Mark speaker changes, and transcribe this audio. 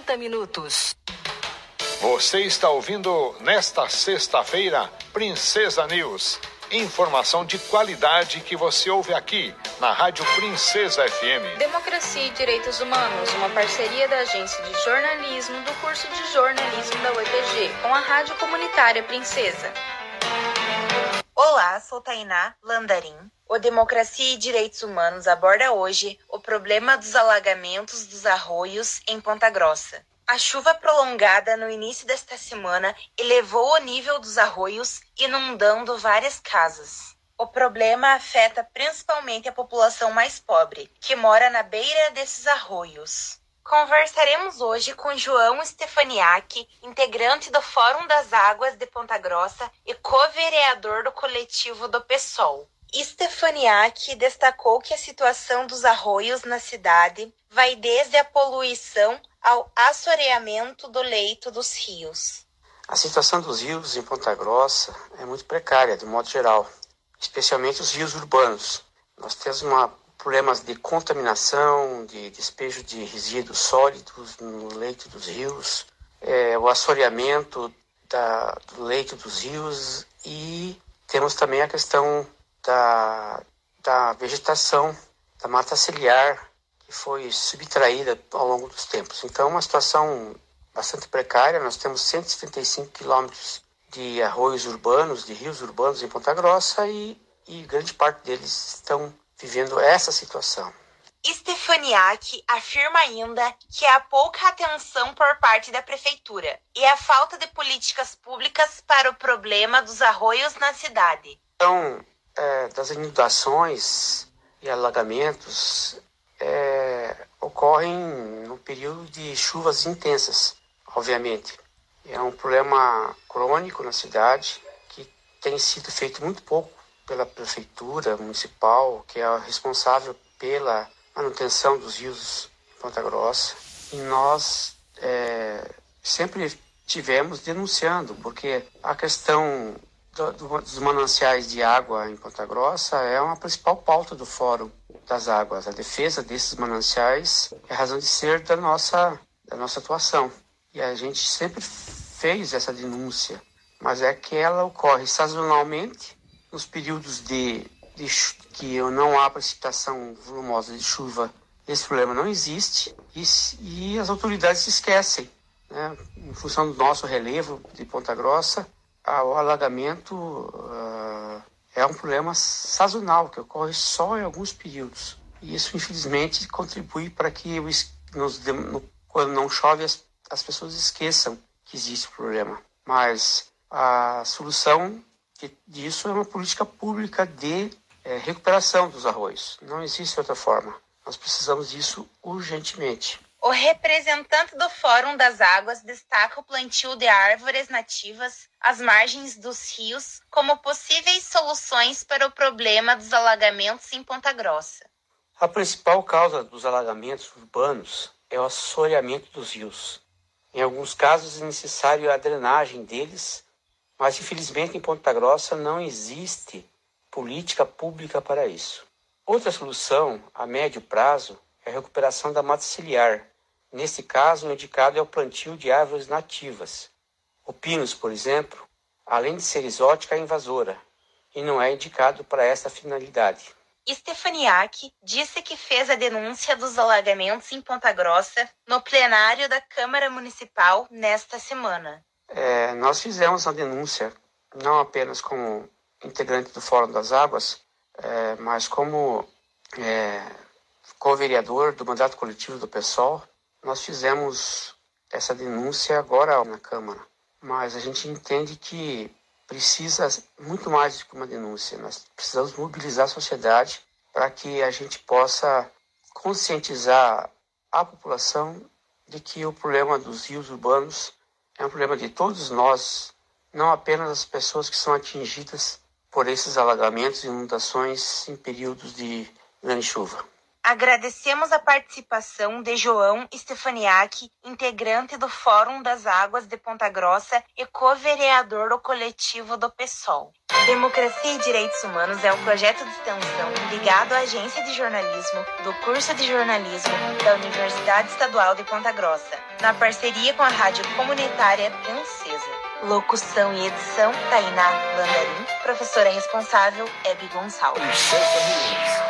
Speaker 1: 40 minutos.
Speaker 2: Você está ouvindo, nesta sexta-feira, Princesa News. Informação de qualidade que você ouve aqui, na Rádio Princesa FM.
Speaker 3: Democracia e Direitos Humanos, uma parceria da Agência de Jornalismo do curso de Jornalismo da UEPG, com a Rádio Comunitária Princesa.
Speaker 4: Olá, sou Tainá Landarim. O Democracia e Direitos Humanos aborda hoje o problema dos alagamentos dos arroios em Ponta Grossa. A chuva prolongada no início desta semana elevou o nível dos arroios, inundando várias casas. O problema afeta principalmente a população mais pobre, que mora na beira desses arroios. Conversaremos hoje com João Stefaniak, integrante do Fórum das Águas de Ponta Grossa e co-vereador do coletivo do PSOL. Stefaniak destacou que a situação dos arroios na cidade vai desde a poluição ao assoreamento do leito dos rios.
Speaker 5: A situação dos rios em Ponta Grossa é muito precária, de modo geral, especialmente os rios urbanos. Nós temos problemas de contaminação, de despejo de resíduos sólidos no leito dos rios, o assoreamento do leito dos rios, e temos também a questão da vegetação, da mata ciliar, que foi subtraída ao longo dos tempos. Então, é uma situação bastante precária. Nós temos 175 quilômetros de arroios urbanos, de rios urbanos em Ponta Grossa, e grande parte deles estão vivendo essa situação.
Speaker 4: Stefaniak afirma ainda que há pouca atenção por parte da prefeitura e a falta de políticas públicas para o problema dos arroios na cidade.
Speaker 5: Então, das inundações e alagamentos ocorrem no período de chuvas intensas, obviamente. É um problema crônico na cidade, que tem sido feito muito pouco pela prefeitura municipal, que é responsável pela manutenção dos rios de Ponta Grossa. E nós sempre tivemos denunciando, porque a questão dos mananciais de água em Ponta Grossa é uma principal pauta do Fórum das Águas. A defesa desses mananciais é a razão de ser da nossa atuação. E a gente sempre fez essa denúncia, mas é que ela ocorre sazonalmente, nos períodos que não há precipitação volumosa de chuva. Esse problema não existe, e as autoridades se esquecem, né? Em função do nosso relevo de Ponta Grossa, o alagamento é um problema sazonal, que ocorre só em alguns períodos. E isso, infelizmente, contribui para que, quando não chove, as pessoas esqueçam que existe o problema. Mas a solução disso é uma política pública de recuperação dos arroios. Não existe outra forma. Nós precisamos disso urgentemente.
Speaker 4: O representante do Fórum das Águas destaca o plantio de árvores nativas às margens dos rios como possíveis soluções para o problema dos alagamentos em Ponta Grossa.
Speaker 5: A principal causa dos alagamentos urbanos é o assoreamento dos rios. Em alguns casos é necessário a drenagem deles, mas infelizmente em Ponta Grossa não existe política pública para isso. Outra solução, a médio prazo, é a recuperação da mata ciliar. Nesse caso, o indicado é o plantio de árvores nativas. O pinus, por exemplo, além de ser exótica, é invasora e não é indicado para essa finalidade.
Speaker 4: Stefaniak disse que fez a denúncia dos alagamentos em Ponta Grossa no plenário da Câmara Municipal nesta semana.
Speaker 5: Nós fizemos a denúncia, não apenas como integrante do Fórum das Águas, mas como co-vereador do mandato coletivo do PSOL. Nós fizemos essa denúncia agora na Câmara, mas a gente entende que precisa muito mais do que uma denúncia. Nós precisamos mobilizar a sociedade para que a gente possa conscientizar a população de que o problema dos rios urbanos é um problema de todos nós, não apenas as pessoas que são atingidas por esses alagamentos e inundações em períodos de grande chuva.
Speaker 4: Agradecemos a participação de João Stefaniak, integrante do Fórum das Águas de Ponta Grossa e co-vereador do coletivo do PSOL. Democracia e Direitos Humanos é um projeto de extensão ligado à Agência de Jornalismo do curso de jornalismo da Universidade Estadual de Ponta Grossa, na parceria com a Rádio Comunitária Princesa. Locução e edição, Tainá Landarim. Professora responsável, Hebe Gonçalves.